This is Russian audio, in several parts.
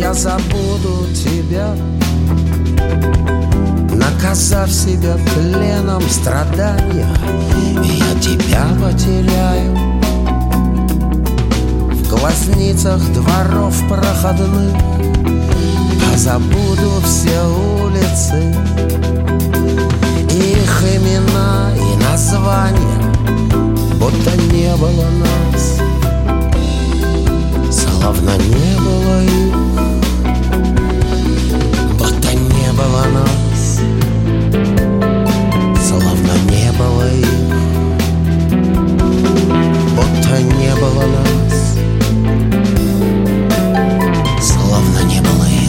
я забуду тебя, наказав себя пленом страдания. Я тебя потеряю в глазницах дворов проходных, забуду все улицы, их имена и названия, будто не было нас, словно не было их, будто не было нас, словно не было их, будто не было нас, словно не было их.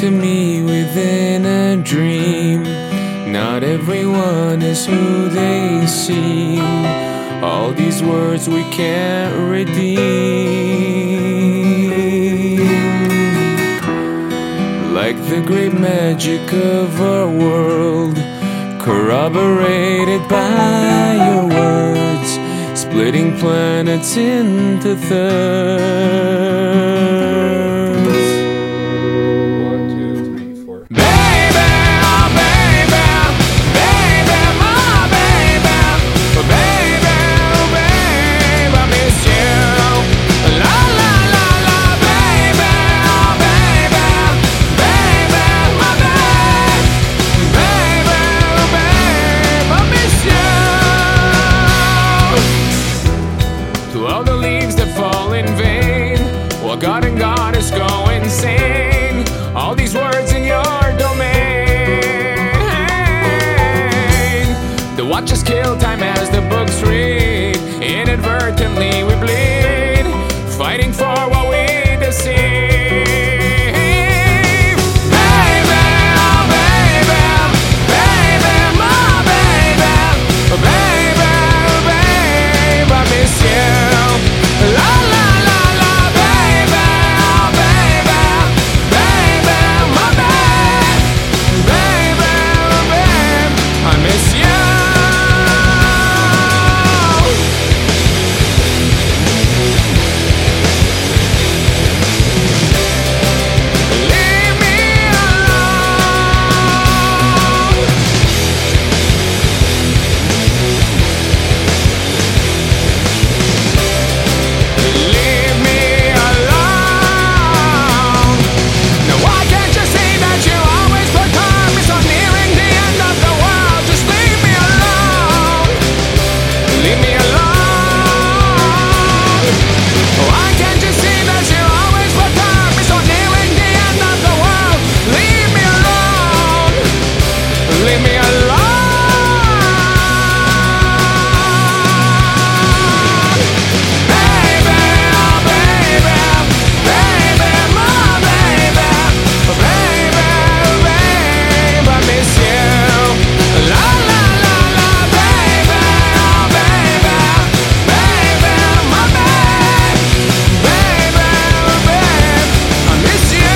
to me within a dream. Not everyone is who they seem. All these words we can't redeem. Like the great magic of our world, corroborated by your words, splitting planets into thirds. 1, 2, 3, 4. Baby, oh baby, baby, my baby, oh baby, oh baby, I miss you. La la la la, baby, oh baby, baby, my baby, baby, oh baby, I miss you. To all the leaves that fall in vain, while God and God is go insane. All these words in your domain. The watches kill time as the books read. Inadvertently we bleed, fighting for what we deceive. Baby, oh baby, baby, my baby, oh baby, oh baby, I miss you. La la la la, baby, oh baby, baby, my baby, baby, oh baby, I miss you. Leave me alone. Leave me alone. Now why can't you see that you always proclaim me so nearing the end of the world? Just leave me alone. Leave me alone. Why can't you see that you always proclaim me so nearing the end of the world? Leave me alone. Leave me alone. Baby, oh baby, baby, my baby, oh baby, babe, I miss you. La la la la, baby, oh baby, baby, my babe, baby, babe, I miss you.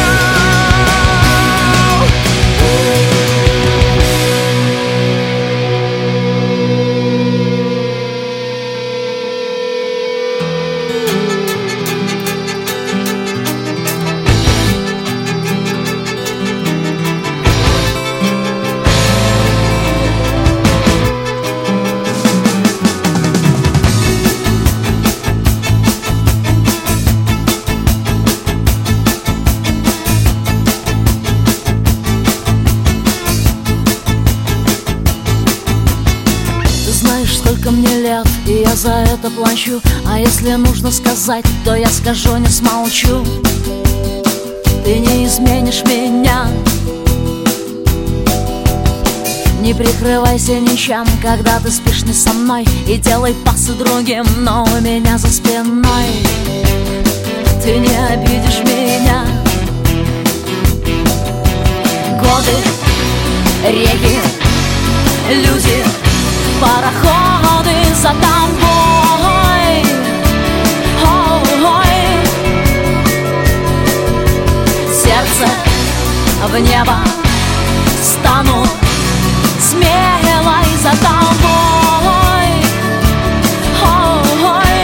Ты знаешь, сколько мне лет, и я за это плачу. А если нужно сказать, то я скажу, не смолчу. Ты не изменишь меня. Не прикрывайся ничем, когда ты спишь не со мной. И делай пасы другим, но у меня за спиной. Ты не обидишь меня. Годы, реки, люди, пароходы за тобой. Ой. Сердце в небо станут смелой за тобой. Ой.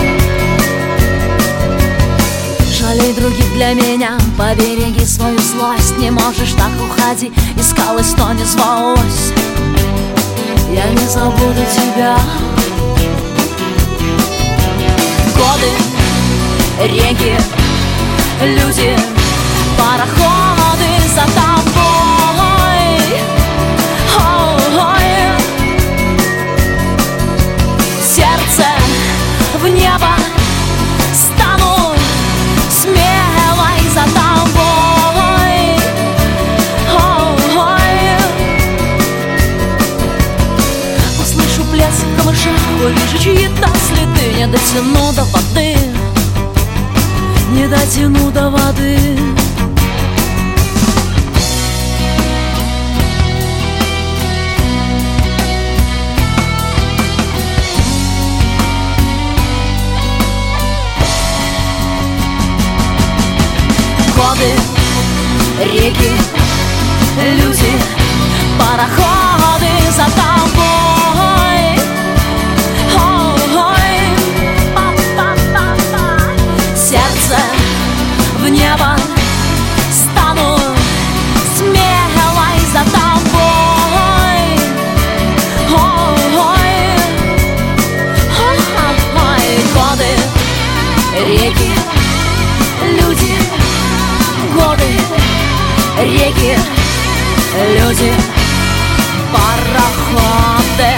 Жалей других для меня, побереги свою злость. Не можешь так, уходи, искалась, но не звалась. Я не забуду тебя. Годы, реки, люди, пароходы за тобой. Ой. Сердце в небо стану смелой за тобой. Ой. Услышу плеск камыша, увижу чьи-то следы. Не дотяну до воды, не дотяну до воды. годы, реки, люди, пароходы за тобой. Ой, сердце в небо, стану смелой за тобой. Годы, реки, люди, годы, реки, люди, пароходы.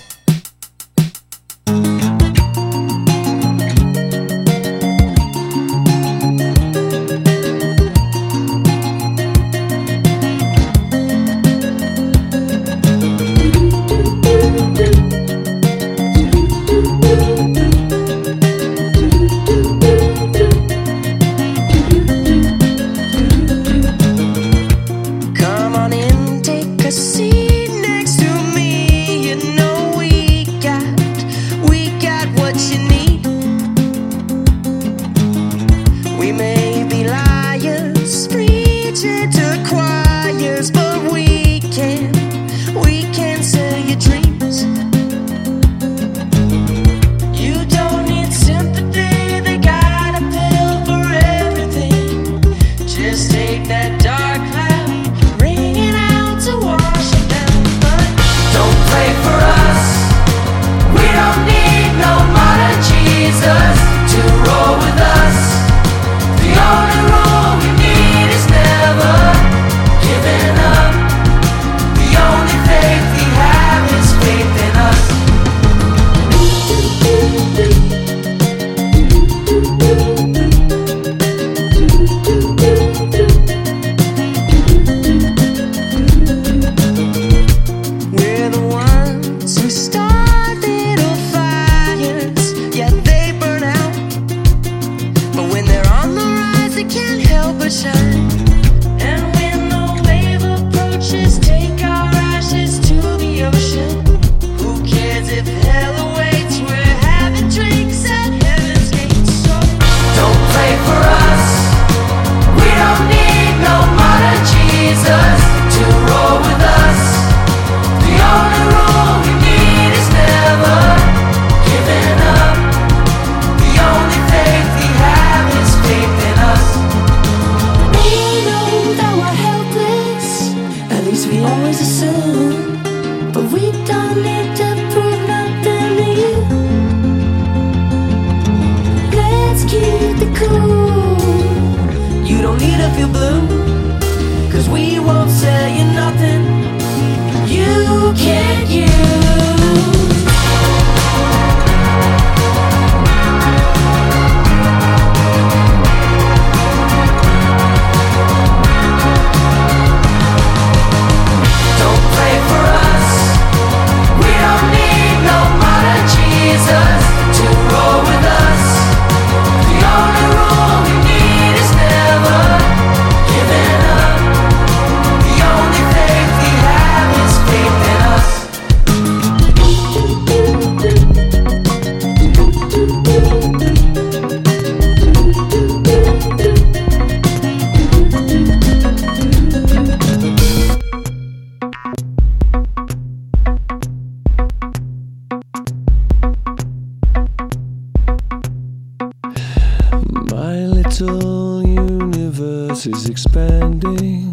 Is expanding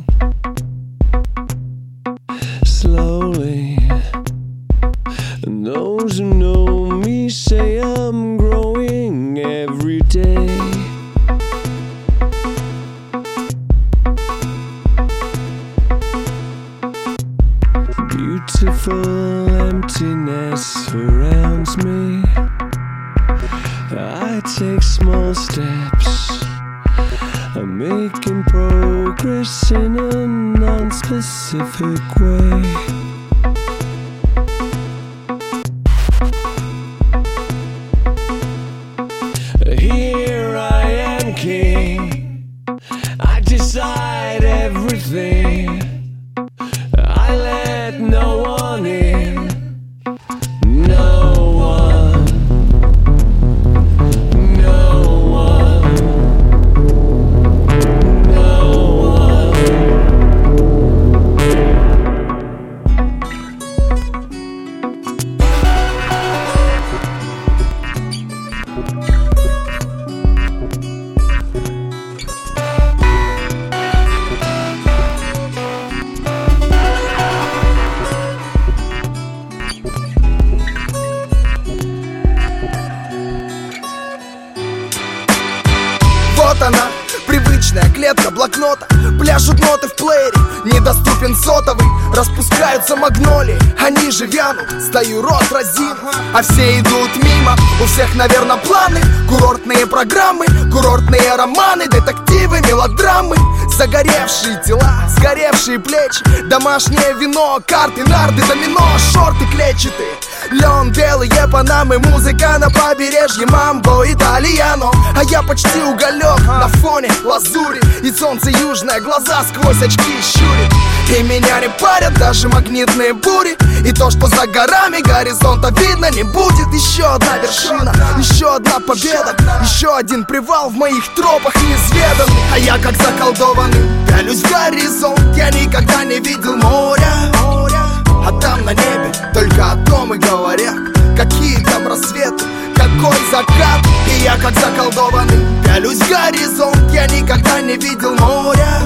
slowly, and those who know me say I'm growing every day. Beautiful emptiness surrounds me. I take small steps, I'm making progress in a non-specific way. Here I am, king. I decide everything. I let no one in. No one. No one. No таблетка блокнота. Пляшут ноты в плеере, недоступен сотовый. Распускаются магнолии, они же вянут. Стою рот разин, а все идут мимо. У всех, наверное, планы, курортные программы, курортные романы, детективы, мелодрамы. Загоревшие тела, сгоревшие плечи, домашнее вино, карты, нарды, домино, шорты клетчатые, лен, белые панамы, музыка на побережье, мамбо, итальяно. А я почти уголек на фоне лазури, и солнце южное глаза сквозь очки щурит. И меня не парят даже магнитные бури, и то, что за горами горизонта видно не будет. Еще одна вершина, еще одна победа, еще один привал в моих тропах неизведанный. А я как заколдованный пялюсь в горизонт, я никогда не видел моря. А там на небе только о том и говорят, какие там рассветы, какой закат. И я как заколдованный пялюсь в горизонт, я никогда не видел моря.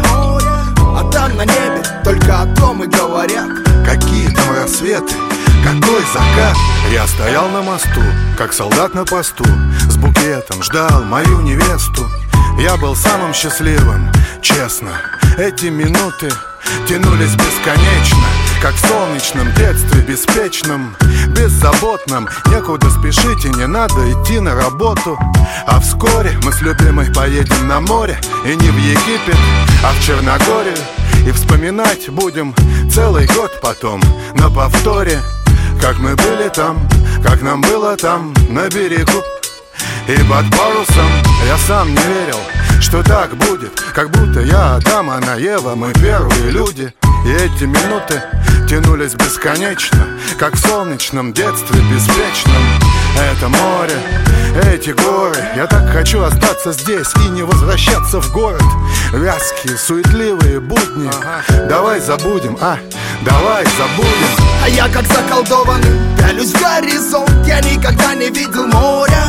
А там на небе только о том и говорят, какие там рассветы, какой закат. Я стоял на мосту, как солдат на посту, с букетом ждал мою невесту. Я был самым счастливым, честно. Эти минуты тянулись бесконечно, как в солнечном детстве, беспечном, беззаботном. Некуда спешить и не надо идти на работу. А вскоре мы с любимой поедем на море, и не в Египет, а в Черногорию. И вспоминать будем целый год потом на повторе, как мы были там, как нам было там на берегу. И под парусом я сам не верил, что так будет, как будто я Адам, она Ева, мы первые люди. И эти минуты тянулись бесконечно, как в солнечном детстве беспечном. Это море, эти горы, я так хочу остаться здесь и не возвращаться в город. Вязкие, суетливые будни, давай забудем, давай забудем. А я как заколдованный пялюсь в горизонт, я никогда не видел моря.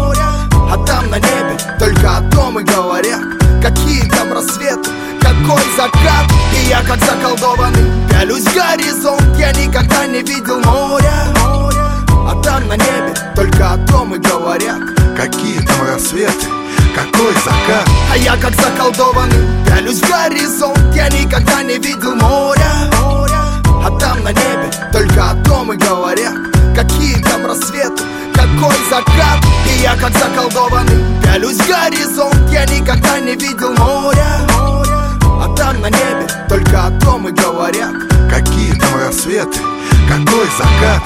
А там на небе только о том и говорят, какие там рассветы, какой закат. И я как заколдованный пялюсь в горизонт, я никогда не видел моря. А там на небе только о том и говорят, какие там рассветы, какой закат. А я как заколдованный пялюсь в горизонт, я никогда не видел моря. А там на небе только о том и говорят, какие там рассветы, какой закат. И я как заколдованный пялюсь в горизонт, я никогда не видел моря. А там на небе только о том и говорят, какие там рассветы, какой закат.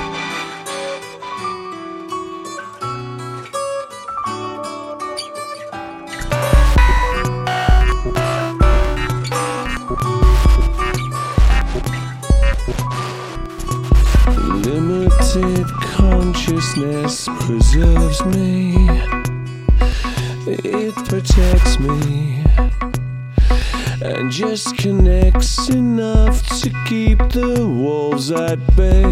Limited consciousness preserves me, it protects me, and just connects enough to keep the wolves at bay.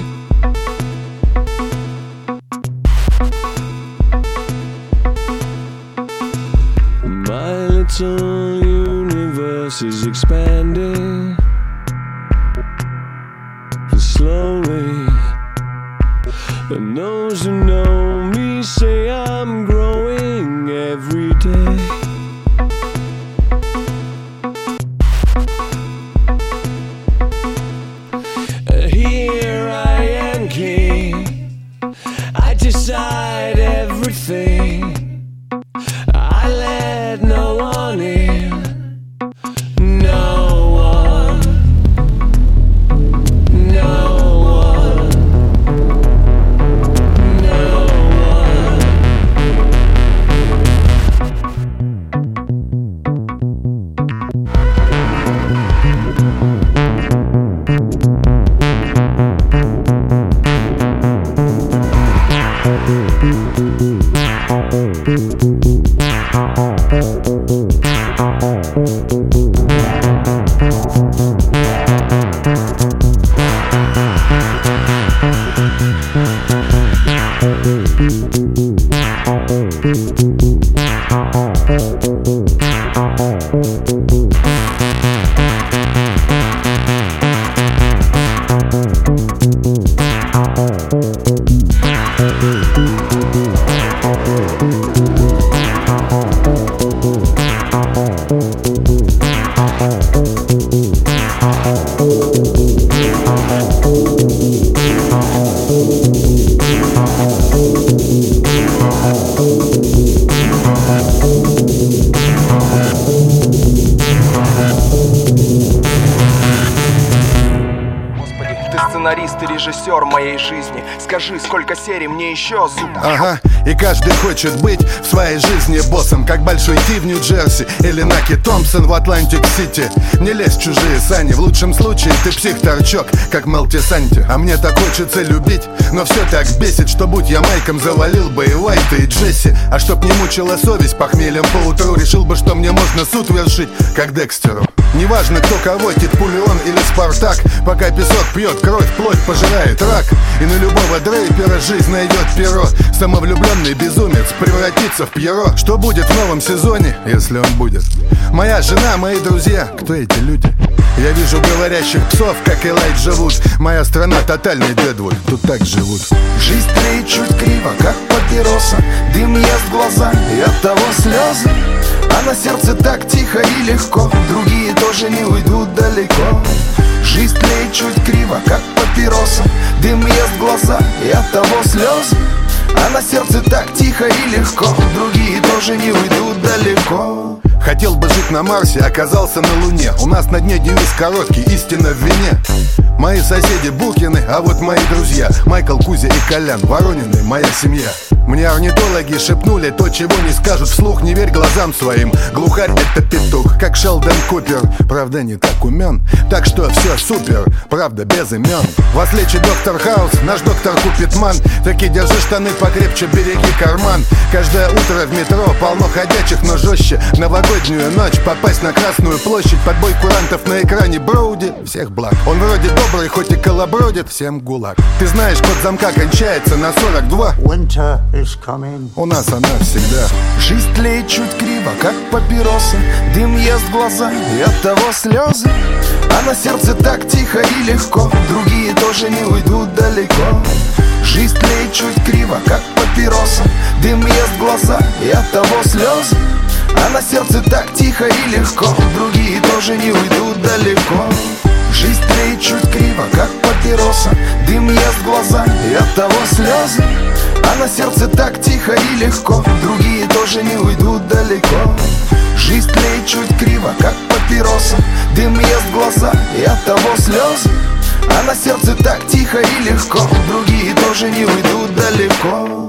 My little universe is expanding slowly, and those who know me say I'm growing every day. Here I am king, I decide everything, I let no one in. скажи, сколько серий мне еще, сука? Ага, и каждый хочет быть в своей жизни боссом, как Большой Ти в Нью-Джерси или Наки Томпсон в Атлантик-Сити. Не лезь в чужие сани, в лучшем случае ты псих-торчок, как Мелти Санти. А мне так хочется любить, но все так бесит, что будь я Майком, завалил бы и Уайта, и Джесси. А чтоб не мучила совесть похмельем поутру, решил бы, что мне можно суд вершить, как Декстеру. Неважно, кто кого, Титпулеон или Спартак, пока песок пьет кровь, плоть пожирает рак. И на любого дрейпера жизнь найдет перо. Самовлюбленный безумец превратится в Пьеро. Что будет в новом сезоне, если он будет? Моя жена, мои друзья, кто эти люди? Я вижу говорящих псов, как Элайджа Вуд. Моя страна тотальный Дедвуд, тут так живут. Жизнь тлеет чуть криво, как папироса. Дым ест глаза, и от того слезы. А на сердце так тихо и легко, другие тоже не уйдут далеко. Жизнь тлеет чуть криво, как папироса. Дым ест глаза, и от того слезы. А на сердце так тихо и легко, другие тоже не уйдут далеко. Хотел бы жить на Марсе, оказался на Луне. У нас на дне девиз короткий, истина в вине. Мои соседи Букины, а вот мои друзья Майкл, Кузя и Колян, Воронины, моя семья. Мне орнитологи шепнули то, чего не скажут вслух. Не верь глазам своим, глухарь это петух, как Шелдон Купер, правда не так умен. Так что все супер, правда без имен. Вас лечит доктор Хаус, наш доктор Купитман. Таки держи штаны покрепче, береги карман. Каждое утро в метро полно ходячих, но жестче. Новогоднюю ночь попасть на Красную площадь под бой курантов на экране Броуди. Всех благ, он вроде добрый, хоть и колобродит, всем гулаг. Ты знаешь, код замка кончается на 42. Winter is coming. У нас она всегда. Жизнь тлеет чуть криво, как папироса. Дым ест глаза, и от того слезы. А на сердце так тихо и легко, другие тоже не уйдут далеко. Жизнь тлеет чуть криво, как папироса. Дым ест глаза, и от того слезы. А на сердце так тихо и легко, другие тоже не уйдут далеко. Жизнь тлеет чуть криво, как папироса. Дым ест глаза, и от того слезы. А на сердце так тихо и легко, другие тоже не уйдут далеко. Жизнь тлеет чуть криво, как папироса. Дым ест глаза, и от того слезы. А на сердце так тихо и легко, другие тоже не уйдут далеко.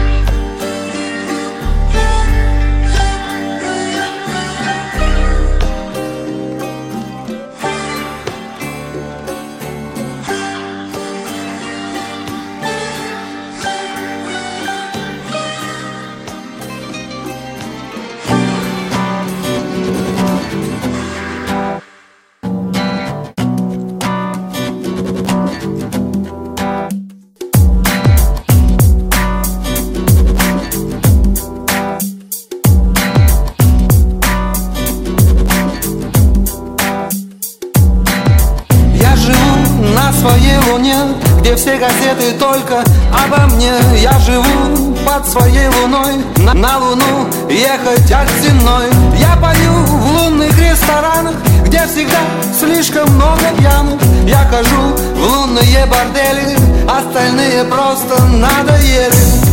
Где все газеты только обо мне. Я живу под своей луной, на луну ехать отстеной. Я пою в лунных ресторанах, где всегда слишком много пьяных. Я хожу в лунные бордели, остальные просто надоели.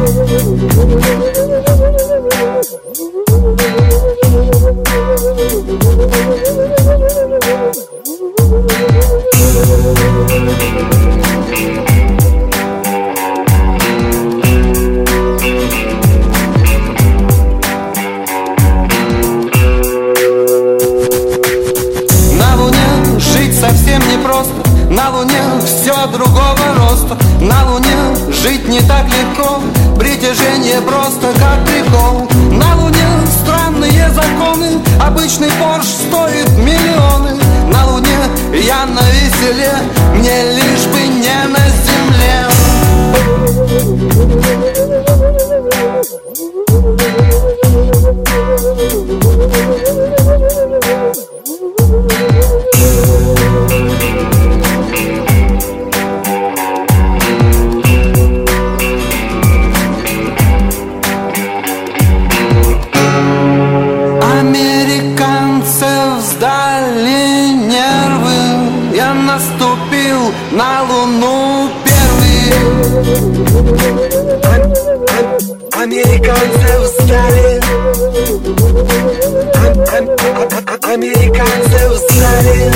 Совсем непросто, на Луне все другого роста. На Луне жить не так легко, притяжение просто как прикол. На Луне странные законы, обычный Порш стоит миллионы. На Луне я навеселе, мне лишь бы не на земле. На Луну первый. Американцев сдали. Американцев сдали.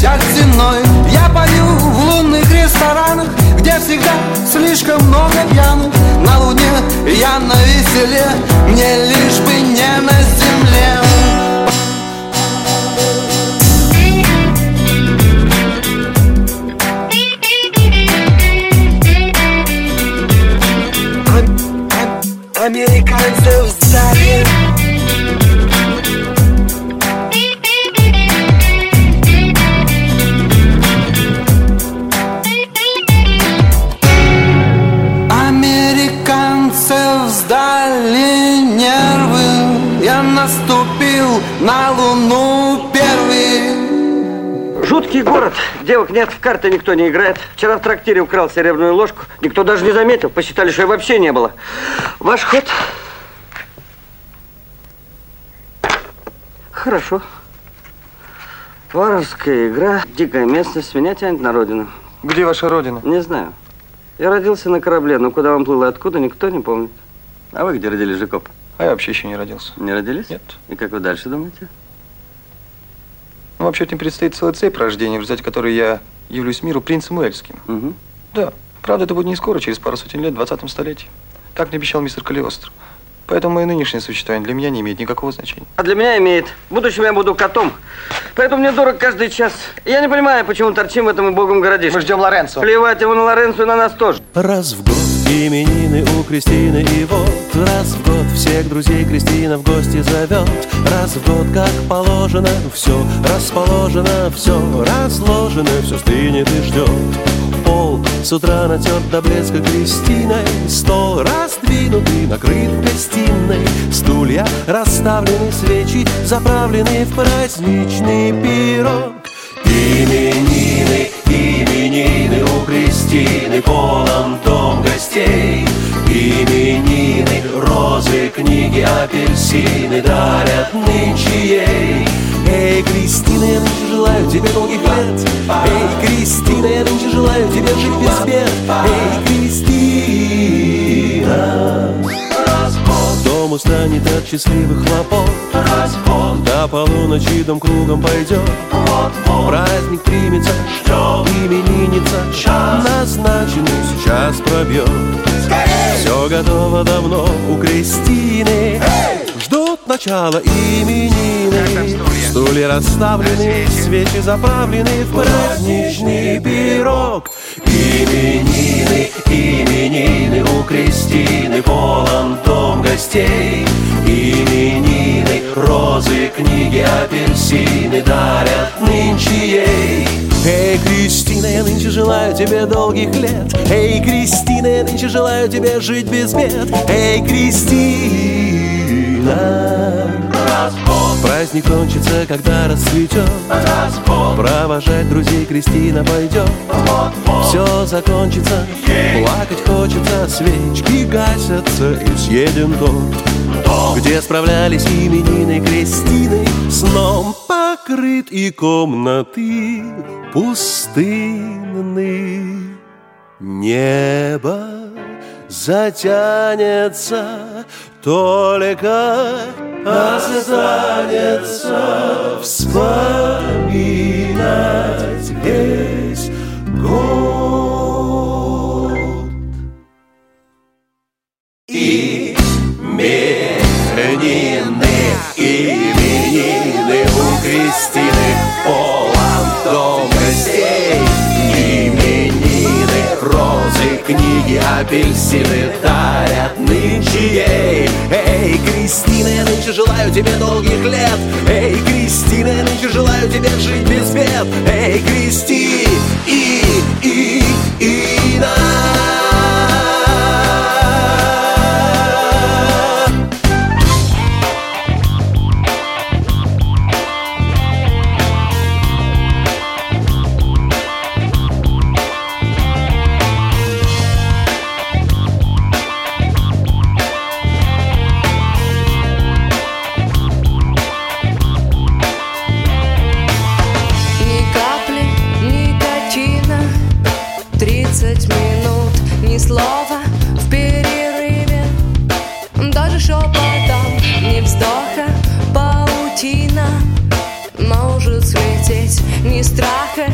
ехать стеной. Я пою в лунных ресторанах, где всегда слишком много пьяных. На луне я навеселе, мне лишь бы не на земле. Американцы в зале. Американцев сдали нервы. Я наступил на луну первый. Жуткий город. Девок нет, в карты никто не играет. Вчера в трактире украл серебряную ложку. Никто даже не заметил. Посчитали, что ее вообще не было. Ваш ход. Хорошо. Варварская игра, дикая местность. Меня тянет на родину. Где ваша родина? Не знаю. Я родился на корабле, но куда он плыл и откуда, никто не помнит. А вы где родились, Жакоб? А я вообще еще не родился. Не родились? Нет. И как вы дальше думаете? Ну, вообще-то мне предстоит целая цепь рождений, в результате которой я явлюсь миру принцем Уэльским. Угу. Да. Правда, это будет не скоро, через пару сотен лет, в 20-м столетии. Так мне обещал мистер Калиостро. Поэтому мое нынешнее существование для меня не имеет никакого значения. А для меня имеет. В будущем я буду котом. Поэтому мне дорог каждый час. Я не понимаю, почему торчим в этом убогом городишке. Мы ждем Лоренцо. Плевать ему на Лоренцо и на нас тоже. Раз в год именины у Кристины, и вот раз в год всех друзей Кристина в гости зовет. Раз в год, как положено, все расположено, все разложено, все стынет и ждет. Пол с утра натерт до блеска Кристиной, стол раздвинут и накрыт в гостиной, стулья расставлены, свечи заправлены в праздничный пирог. Именины, именины у Кристины, полон дом гостей. Именины, розы, книги, апельсины дарят нынче ей. Эй, Кристина, я нынче желаю тебе долгих лет. Эй, Кристина, я нынче желаю тебе жить без бед. Эй, Кристина. Дом устанет от счастливых хлопот. До полуночи дом кругом пойдет. Праздник примется, именинница назначенный сейчас пробьет. Все готово давно у Кристины. Ждут начала именины. Стулья расставлены, свечи заправлены в праздничный пирог. Именины, именины у Кристины, полон дом гостей. Именины, розы, книги, апельсины дарят нынче ей. Эй, Кристина, я нынче желаю тебе долгих лет. Эй, Кристина, я нынче желаю тебе жить без бед. Эй, Кристина. Праздник кончится, когда расцветет. Провожать друзей Кристина пойдет. Все закончится, плакать хочется, свечки гасятся и съеден торт, где справлялись именины Кристины. Сном покрыт и комнаты пустынны. Небо затянется, только останется вспоминать весь год. Именины у Кристины, полон дом гостей. Именины, розы, книги, апельсины дарят нынче ей. Эй, Кристина, я нынче желаю тебе долгих лет. Эй, Кристина, я нынче желаю тебе жить без бед. Эй, Кристина. Ни капли никотина, 30 минут, ни слова в перерыве, даже шепотом, ни вздоха, паутина. Может слететь ни страха,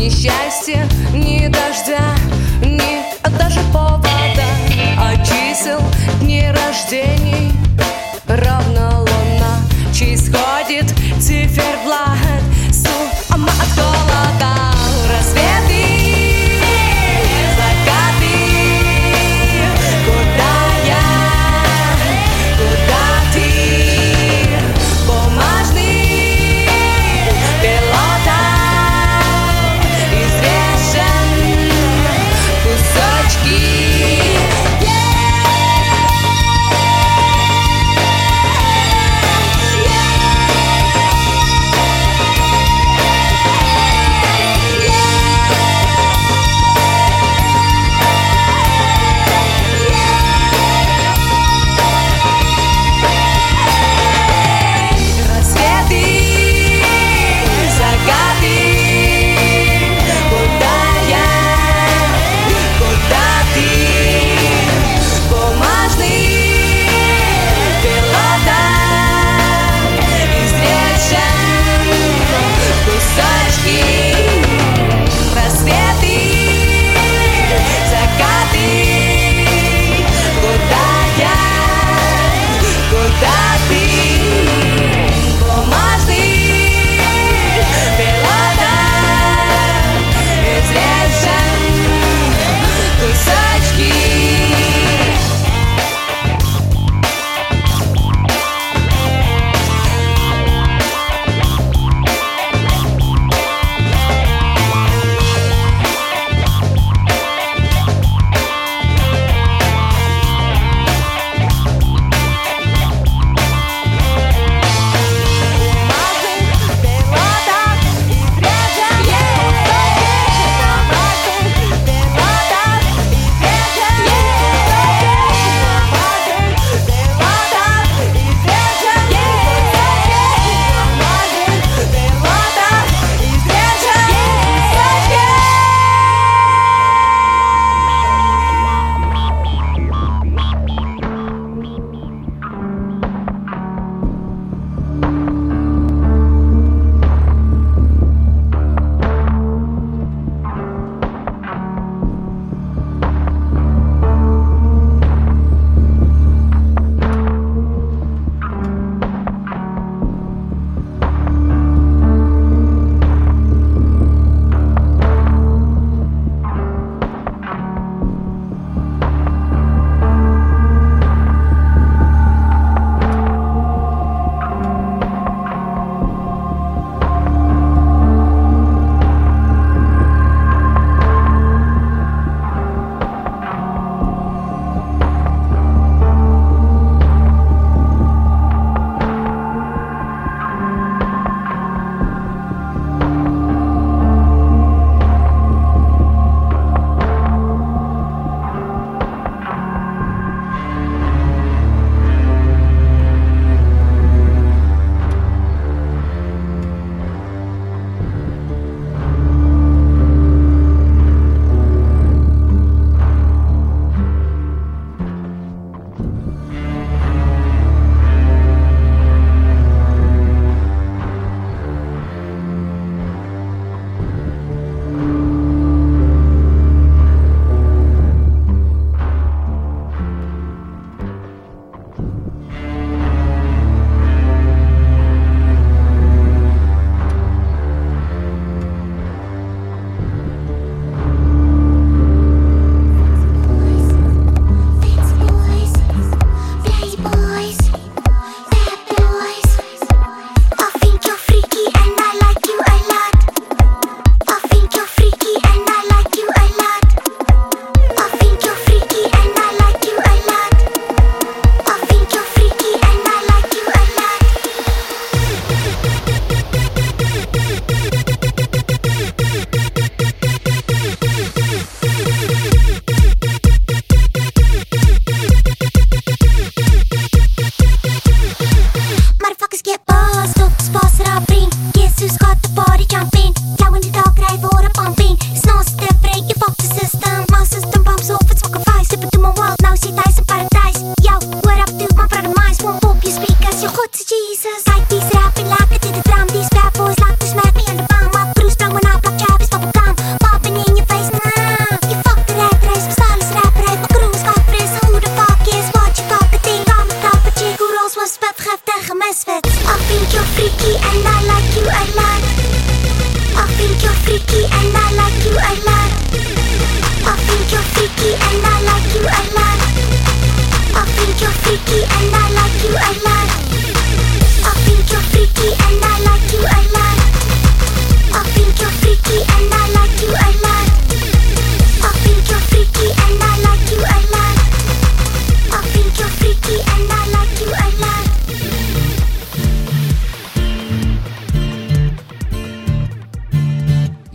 ни счастья, ни дождя, ни даже повода. От чисел дней рождений ровно луна, чей сходит циферблат с ума от холода. Рассветы, закаты, куда я, куда ты, бумажный пилота из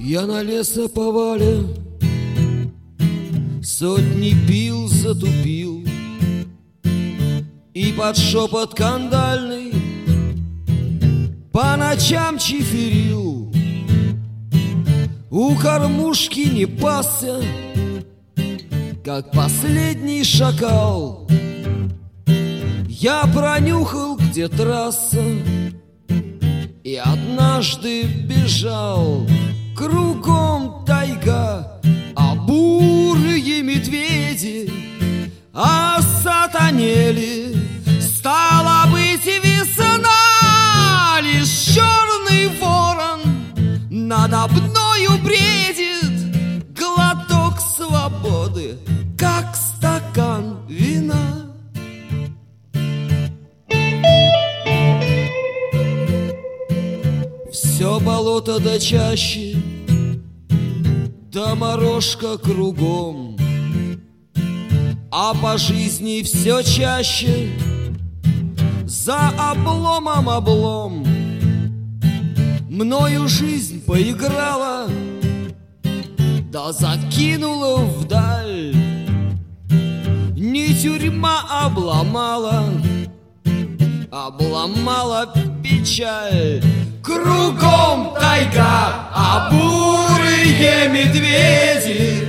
Я на лесоповале сотни пил затупил, и под шепот кандальный по ночам чиферил. У кормушки не пасся, как последний шакал. Я пронюхал, где трасса, и однажды бежал. Кругом тайга, а бурые медведи осатанели. Стало быть, весна, лишь черный ворон надо мною бредит. Глоток свободы, как стакан вина. Все болото до чаще, да морожка кругом, а по жизни все чаще за обломом облом. Мною жизнь поиграла, да закинула вдаль. Не тюрьма обломала, обломала печаль. Кругом тайга, а бурые медведи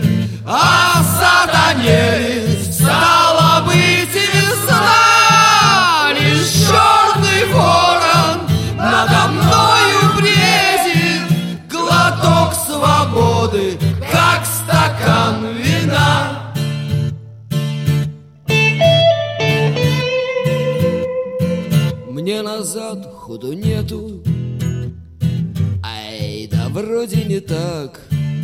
осатанели. Стало быть, весна, лишь черный ворон надо мною бредит. Глоток свободы, как стакан вина. Мне назад ходу нету, ай, да вроде не так.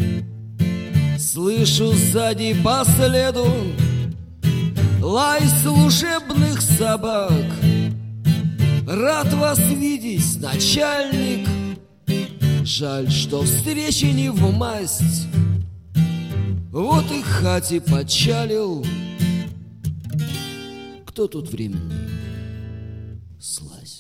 Слышу сзади по следу лай служебных собак. Рад вас видеть, начальник. Жаль, что встречи не в масть. Вот и хате почалил. Кто тут временный? Слазь.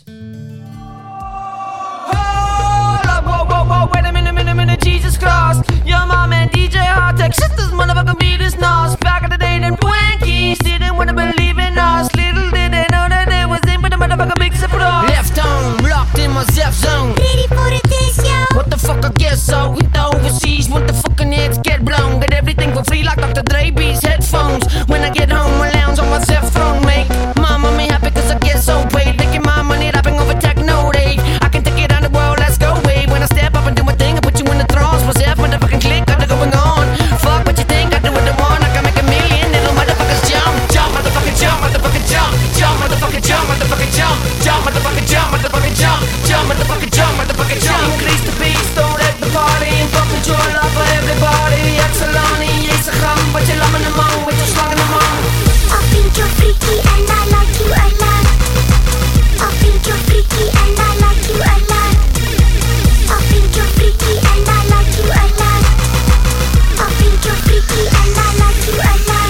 Whoa, wait a minute, Jesus Christ. Your mom and DJ Hardtech, sisters, motherfucking beat us nos. Back in the day, them Twinkies didn't wanna believe in us. Little did they know that they was in for the motherfucking big surprise. Left home, locked in my Zef zone. Ready for the test, yo. What the fuck, I guess so. Hit the overseas, want the fucking heads get blown. Get everything for free like Dr. Dre beats headphones. When I get home, I lounge on my Zef throne. Make mama me happy cause I get so paid. Making my money, rapping over techno rave. I can take it on the world, let's go wave. When I step up and do my thing, I put you in the thrones. Myself, motherfucking click, got it going on. Fuck what you think, I do what I want. I can make a million little motherfuckers jump. Jump, motherfucking jump, motherfucking jump. Jump, motherfucking jump, motherfucking jump. Jump, motherfucking jump, motherfucking jump. Jump, motherfucking jump, motherfucking jump. Increase the pace, don't let the party. And fuck the joy, love for everybody. Excelani, yes, I come, but you're loving them all. With your slug in the mouth. I think you're freaky and I like you a lot. I think you're freaky and I like you a lot. I think you're freaky and I like you a lot. I think you're freaky and I like you a lot.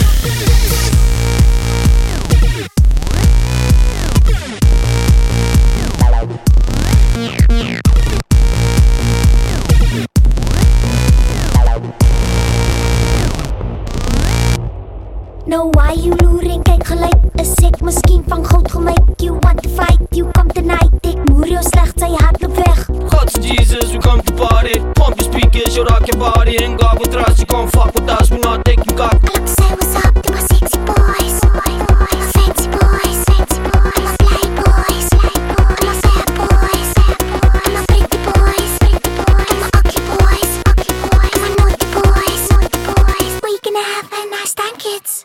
Nou why you loering, kyk gelyk. Is ek miskien van goud gemaak? You want to fight, you come tonight. Ek moer jou slecht, sy hardloop weg. God's Jesus, we come to party. Pump your speakers, you rock your body. Ain't God with us, you can't fuck with us. We not taking cock. Look, say what's up to my sexy boys. My fancy boys. My play boys. My fat boys. My pretty boys. My ugly boys. My naughty boys. We gonna have a nice time, kids.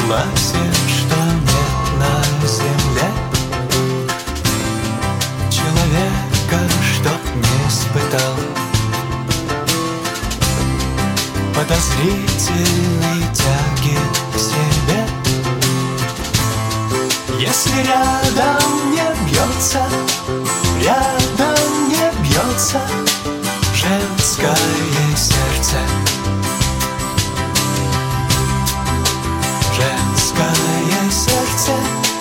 Согласен, что нет на земле человека, чтоб не испытал подозрительной тяги к себе. Если рядом не бьется женское сердце, женское сердце.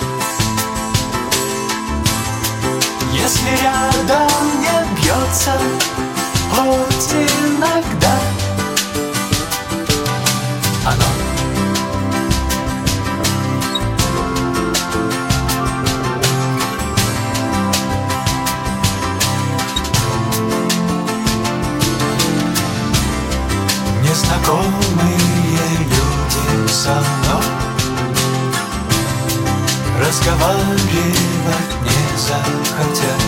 Если рядом не бьется хоть иногда оно. Незнакомые люди со мной разговаривать не захотят,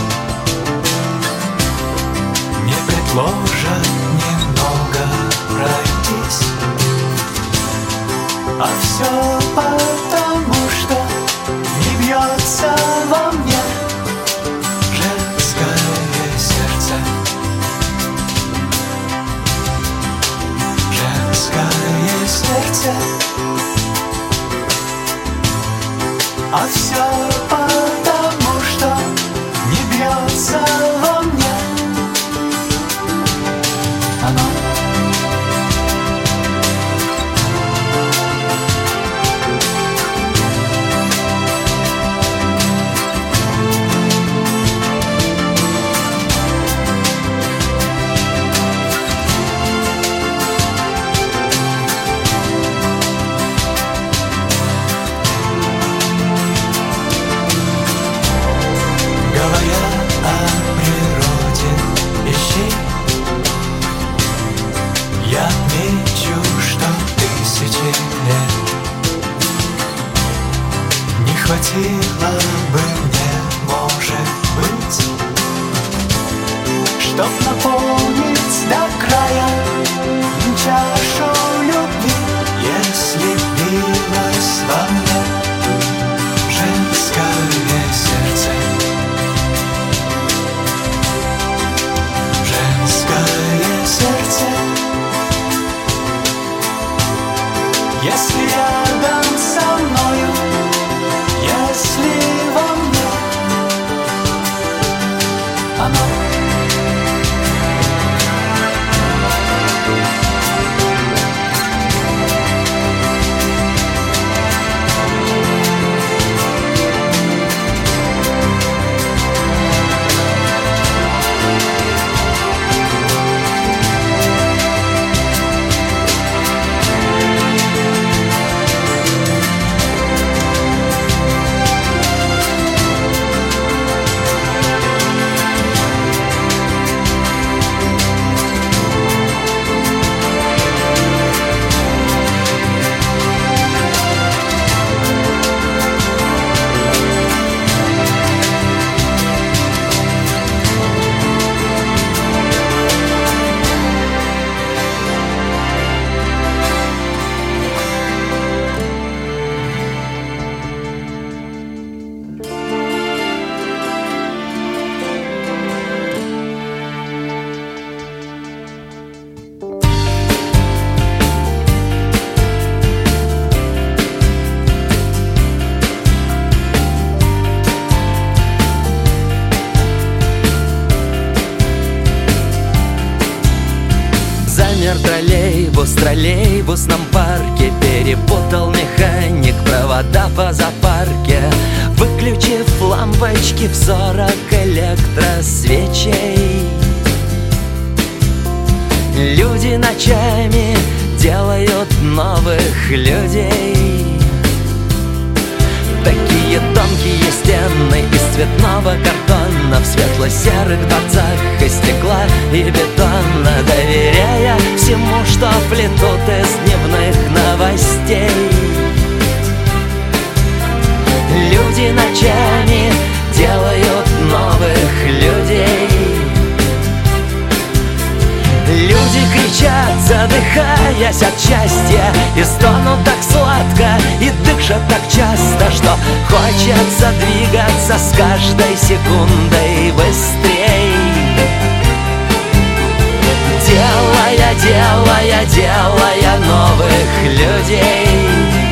не предложат немного пройтись. А все потому, что не бьется во мне женское сердце. Женское сердце. А все потому, что не бьется во мне оно. Я отмечу, что тысячи лет не хватило бы мне, может быть, чтоб наполнить до края чашу любви, если билось во мне женское сердце. Женское сердце. Если рядом со мною, если во мне оно. Троллейбус в троллейбусном парке перепутал механик провода по запарке, выключив лампочки в 40 электросвечей. Люди ночами делают новых людей. Такие тонкие стены из цветного картона в светло-серых дворцах из стекла и бетона, доверяя всему, что плетут из дневных новостей. Люди ночами делают новых людей. Люди кричат, задыхаясь от счастья, и стонут так сладко, и дышат двигаться с каждой секундой быстрей. Делая новых людей.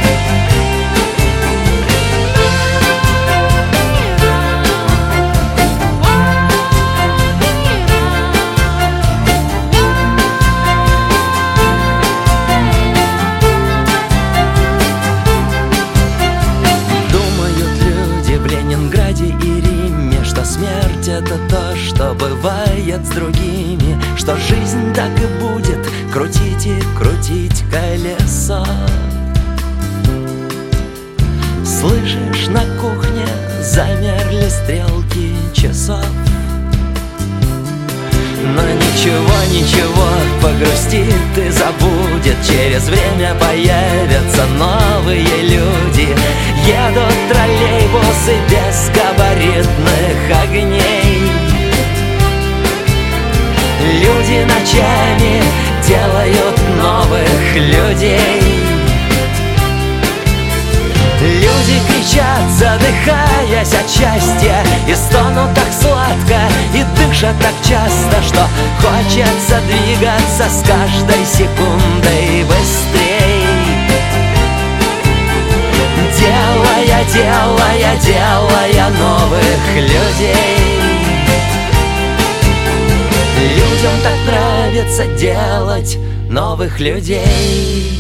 Думают люди в Ленинграде и Риме, что смерть — это то, что бывает с другими, что жизнь так и будет крутить и крутить колесо. Слышишь, на кухне замерли стрелки часов. Но ничего, погрустит и забудет. Через время появятся новые люди. Едут троллейбусы без габаритных огней. Люди ночами делают новых людей. Люди кричат, задыхаясь от счастья, и стонут так сладко, и дышат так часто, что хочется двигаться с каждой секундой быстрей. Делая новых людей. Людям так нравится делать новых людей.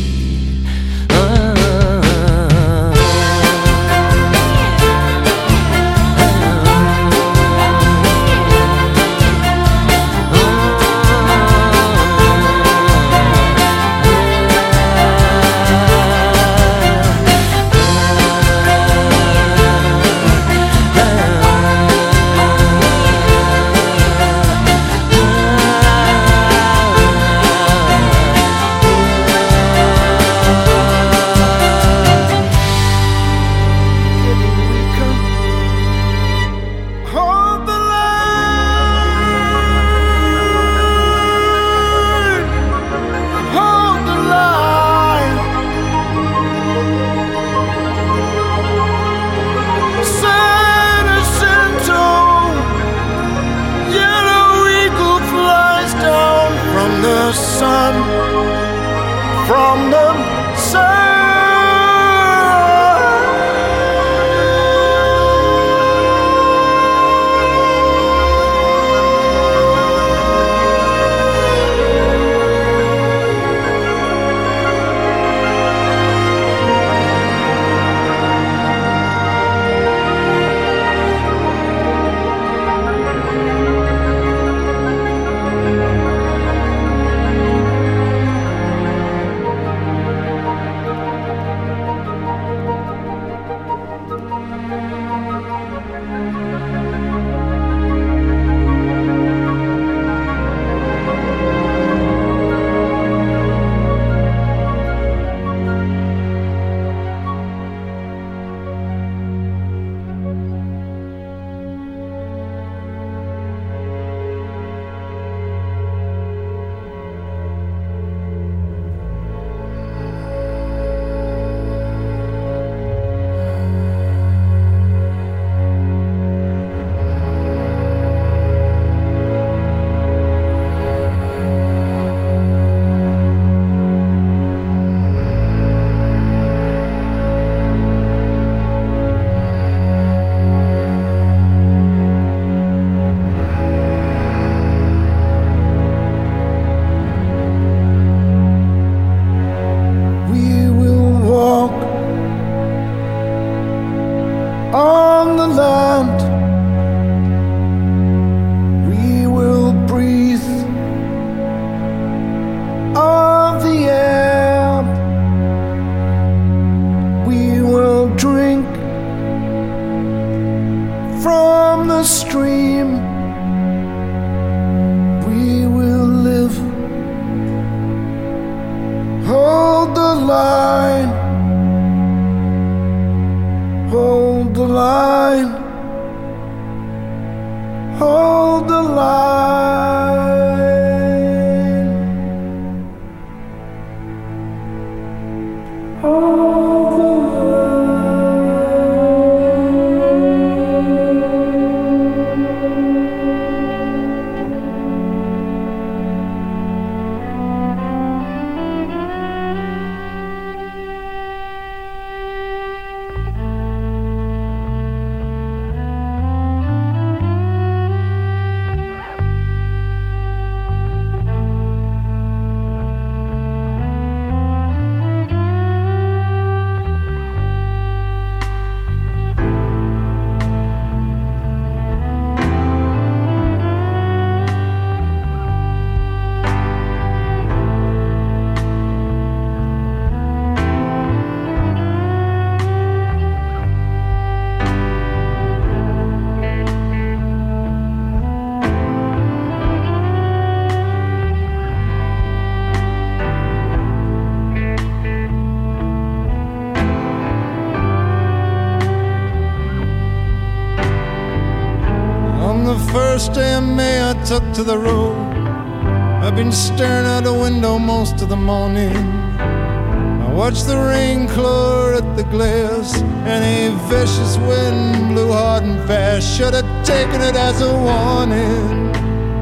the first day of May I took to the road. I've been staring out the window most of the morning. I watched the rain claw at the glass, and a vicious wind blew hard and fast. Should have taken it as a warning,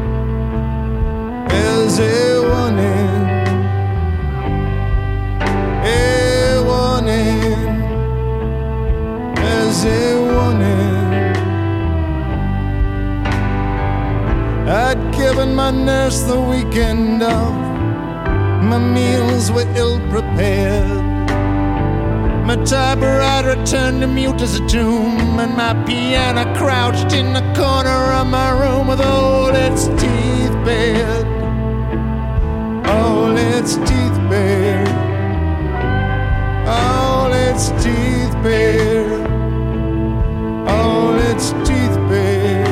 as a warning, a warning, as a warning. I'd given my nurse the weekend off. My meals were ill-prepared. My typewriter turned to mute as a tomb, and my piano crouched in the corner of my room with all its teeth bared. All its teeth bared. All its teeth bared. All its teeth bared.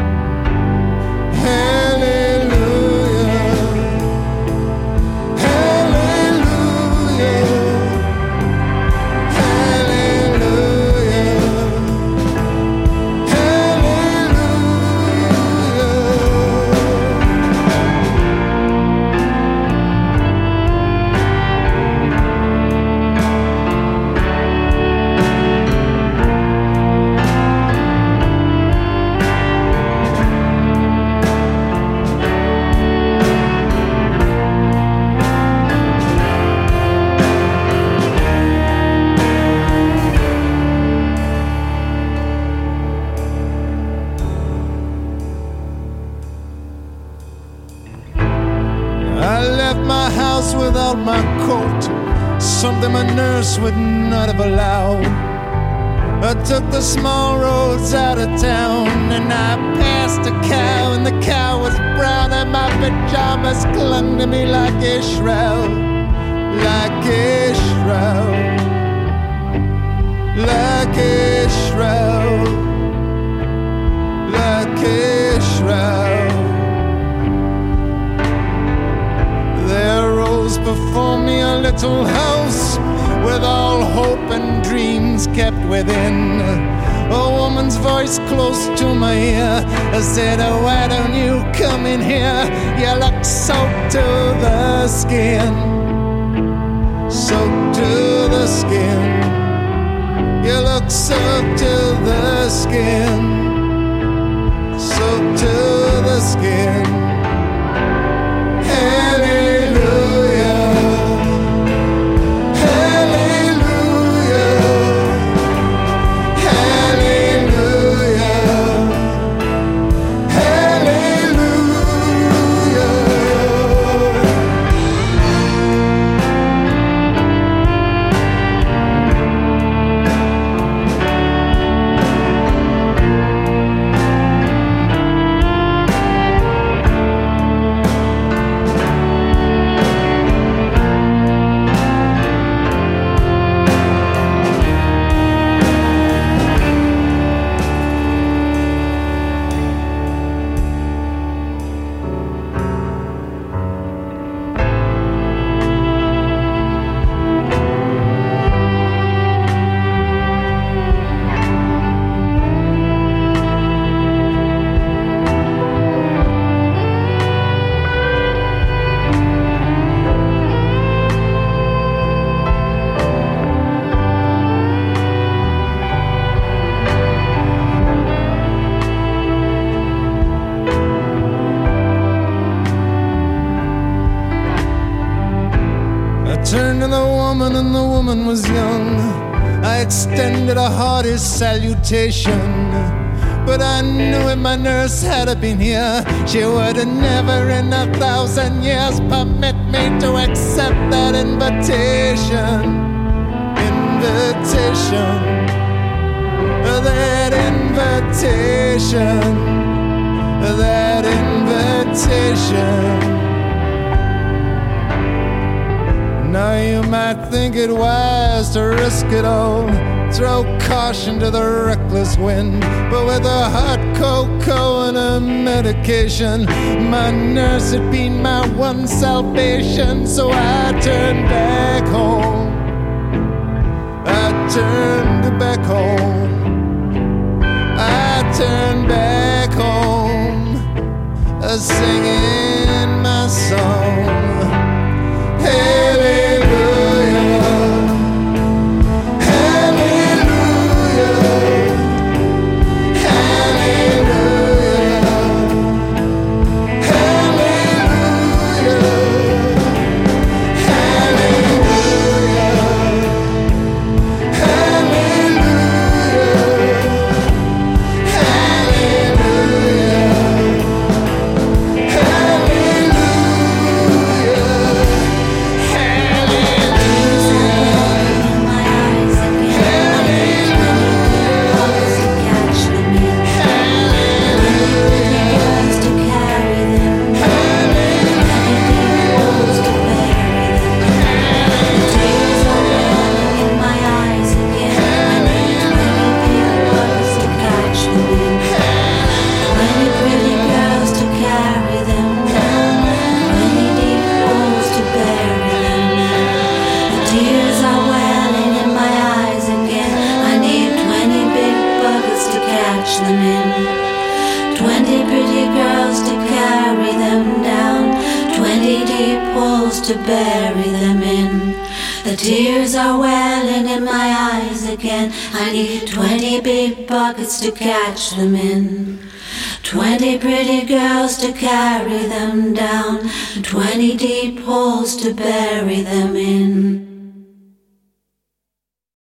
Without my coat, something my nurse would not have allowed. I took the small roads out of town, and I passed a cow, and the cow was brown, and my pajamas clung to me like a shroud, like a shroud, like a shroud, like a shroud. There rose before me a little house with all hope and dreams kept within. A woman's voice close to my ear said, "Oh, why don't you come in here? You look soaked to the skin, soaked to the skin. You look soaked to the skin, soaked to the skin." And the woman was young. I extended a hearty salutation, but I knew if my nurse had been here, she would have never in 1,000 years permit me to accept that invitation. Invitation. That invitation. That invitation. Now you might think it wise to risk it all, throw caution to the reckless wind, but with a hot cocoa and a medication, my nurse had been my one salvation. So I turned back home. I turned back home. I turned back home. started singing my song. Hallelujah, hallelujah, hallelujah, to bury them in. The tears are welling in my eyes again. I need 20 big buckets to catch them in. 20 pretty girls to carry them down. 20 deep holes to bury them in.